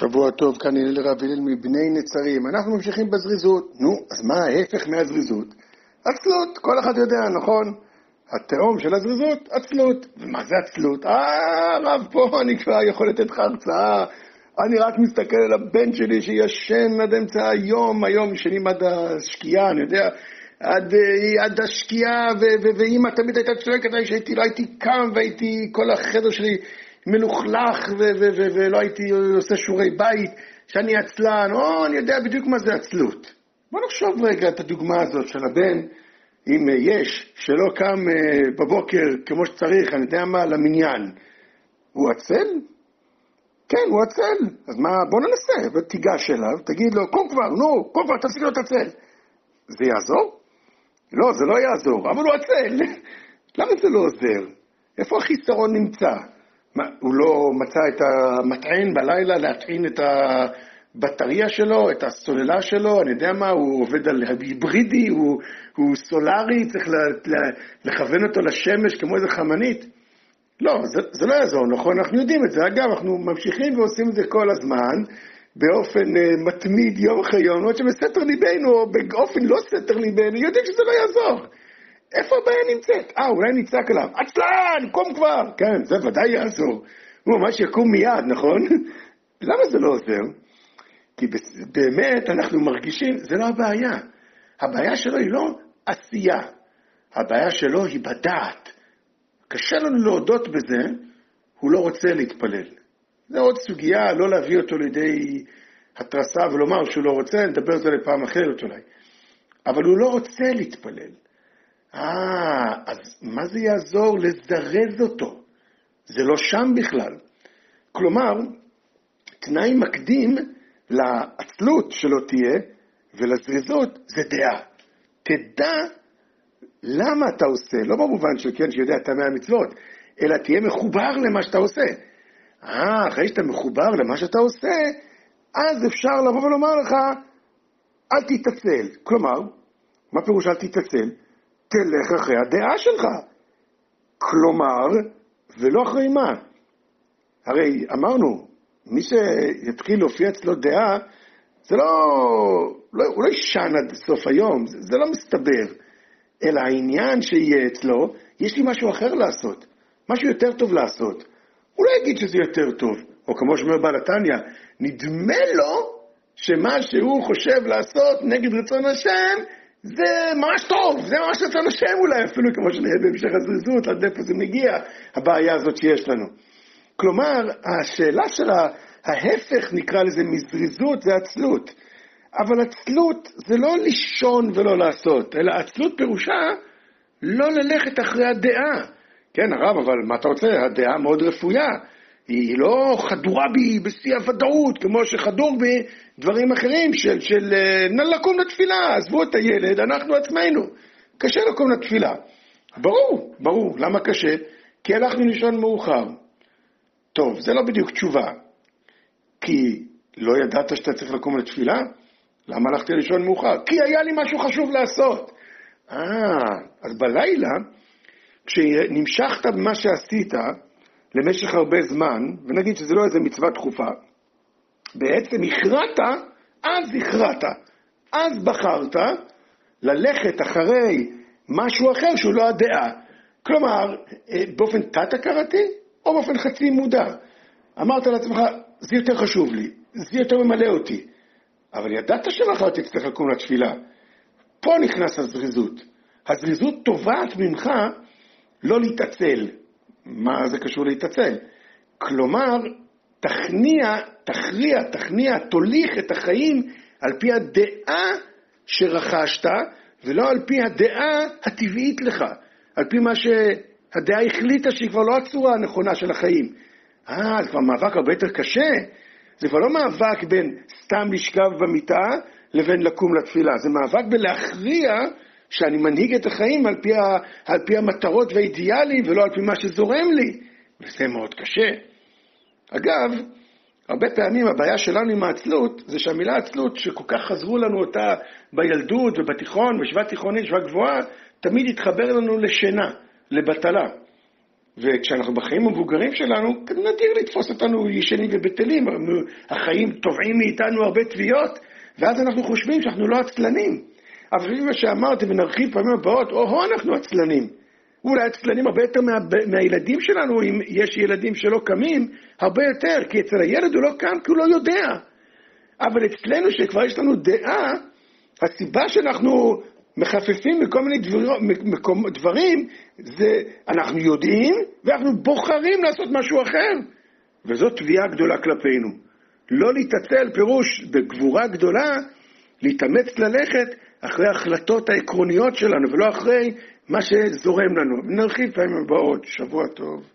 שבוע טוב, כאן הלל רב הלל מבני נצרים. אנחנו ממשיכים בזריזות. אז מה ההפך מהזריזות? עצלות, כל אחד יודע, נכון? התאום של הזריזות, עצלות. ומה זה עצלות? רב, פה אני כבר יכול לתת לך הרצאה. אני רק מסתכל על הבן שלי שישן עד אמצע היום ישנים עד השקיעה, אני יודע, עד השקיעה, ואמא תמיד הייתה צועקת, שהייתי, לא הייתי קם, והייתי, כל החדר שלי מלוכלך, ולא הייתי עושה שיעורי בית, שאני עצלן, אני יודע בדיוק מה זה עצלות. בוא נחשוב רגע את הדוגמה הזאת של הבן, אם יש, שלא קם בבוקר כמו שצריך, אני יודע מה, למניין. הוא עצל? כן, הוא עצל. אז מה, בוא ננסה, ותיגש אליו, תגיד לו, קום כבר, תפסיק לו את עצל. זה יעזור? לא, זה לא יעזור, אבל הוא עצל. למה זה לא עוזר? איפה החיסרון נמצא? מה, הוא לא מצא את המטען בלילה להטעין את הבטריה שלו, את הסוללה שלו, אני יודע מה, הוא עובד על היברידי, הוא סולרי, צריך לכוון אותו לשמש כמו איזה חמנית. לא, זה לא יעזור, נכון? אנחנו יודעים את זה. אגב, אנחנו ממשיכים ועושים את זה כל הזמן, באופן מתמיד יום אחרי יום, עוד שבסתר ליבנו, או באופן לא סתר ליבנו, יודעים שזה לא יעזור. איפה הבעיה נמצאת? אולי נצעק עליו, עצלן, קום כבר. כן, זה ודאי יעזור. הוא ממש יקום מיד, נכון? למה זה לא עוזר? כי באמת אנחנו מרגישים, זה לא הבעיה. הבעיה שלו היא לא עשייה. הבעיה שלו היא בדעת. קשה לנו להודות בזה, הוא לא רוצה להתפלל. זה עוד סוגיה, לא להביא אותו לידי התרסה ולומר שהוא לא רוצה, נדבר על זה לפעם אחרת אולי. אבל הוא לא רוצה להתפלל. אז מה זה יעזור לזרז אותו? זה לא שם בכלל. כלומר, תנאי מקדים לעצלות שלא תהיה ולזריזות זה דעה. תדע למה אתה עושה, לא במובן של כן שיודע אתה מהמצוות, אלא תהיה מחובר למה שאתה עושה. אחרי שאתה מחובר למה שאתה עושה, אז אפשר לבוא ולומר לך, אל תתעצל. כלומר, מה פירוש אל תתעצל? תלך אחרי הדעה שלך. כלומר, ולא אחרי מה? הרי אמרנו, מי שיתחיל להופיע אצלו דעה, זה הוא לא ישן עד סוף היום, זה לא מסתבר. אלא העניין שיהיה אצלו, יש לי משהו אחר לעשות, משהו יותר טוב לעשות. הוא לא יגיד שזה יותר טוב, או כמו שאומר בעל התניא, נדמה לו שמה שהוא חושב לעשות נגד רצון השם, זה ממש טוב, זה ממש רצון השם אולי, אפילו כמו שנראה בהמשך הזריזות, עד איפה זה מגיע, הבעיה הזאת שיש לנו. כלומר, השאלה של ההפך נקרא לזה מזריזות, זה עצלות. אבל עצלות זה לא לישון ולא לעשות, אלא עצלות פירושה לא ללכת אחרי הדעה. כן, הרב, אבל מה אתה רוצה? הדעה מאוד רפויה. היא לא חדורה בי בשיא הוודאות, כמו שחדור בדברים אחרים של לקום לתפילה, עזבו את הילד, אנחנו עצמנו. קשה לקום לתפילה. ברור. למה קשה? כי הלכנו לישון מאוחר. טוב, זה לא בדיוק תשובה. כי לא ידעת שאתה צריך לקום לתפילה? למה הלכתי לישון מאוחר? כי היה לי משהו חשוב לעשות. אז בלילה, כשנמשכת במה שעשית למשך הרבה זמן, ונגיד שזה לא איזה מצווה דחופה, בעצם הכרעת, אז בחרת ללכת אחרי משהו אחר שהוא לא הדעה. כלומר, באופן תת-הכרתי או באופן חצי מודע. אמרת לעצמך, זה יותר חשוב לי, זה יותר ממלא אותי. אבל ידעת שמחר תצטרך לקום לתפילה. פה נכנס הזריזות. הזריזות תובעת ממך לא להתעצל. מה זה קשור להתעצל? כלומר, תכריע, תוליך את החיים על פי הדעה שרכשת, ולא על פי הדעה הטבעית לך. על פי מה שהדעה החליטה שהיא כבר לא הצורה הנכונה של החיים. זה כבר מאבק הרבה יותר קשה. זה כבר לא מאבק בין סתם לשכב במיטה לבין לקום לתפילה. זה מאבק בלהכריע שאני מנהיג את החיים על פי המטרות והאידיאלים ולא על פי מה שזורם לי. וזה מאוד קשה. אגב, הרבה פעמים הבעיה שלנו עם העצלות זה שהמילה עצלות שכל כך חזרו לנו אותה בילדות ובתיכון, בשבט תיכונית, בשבט גבוהה, תמיד התחבר לנו לשינה, לבטלה. וכשאנחנו בחיים המבוגרים שלנו, נדיר לתפוס אותנו ישנים ובטלים, החיים תובעים מאיתנו הרבה תביעות, ואז אנחנו חושבים שאנחנו לא עצלנים. אבל מה שאמרתי, ונרחיב פעמים הבאות, אנחנו עצלנים. אולי עצלנים הרבה יותר מהילדים שלנו, אם יש ילדים שלא קמים, הרבה יותר, כי אצל הילד הוא לא קם כי הוא לא יודע. אבל אצלנו שכבר יש לנו דעה, הסיבה שאנחנו מחפפים מכל מיני דברים, זה אנחנו יודעים, ואנחנו בוחרים לעשות משהו אחר. וזאת תביעה גדולה כלפינו. לא להתעצל, פירוש בגבורה גדולה, להתאמץ ללכת אחרי ההחלטות העקרוניות שלנו, ולא אחרי מה שזורם לנו. נרחיב פעמים הבאות, שבוע טוב.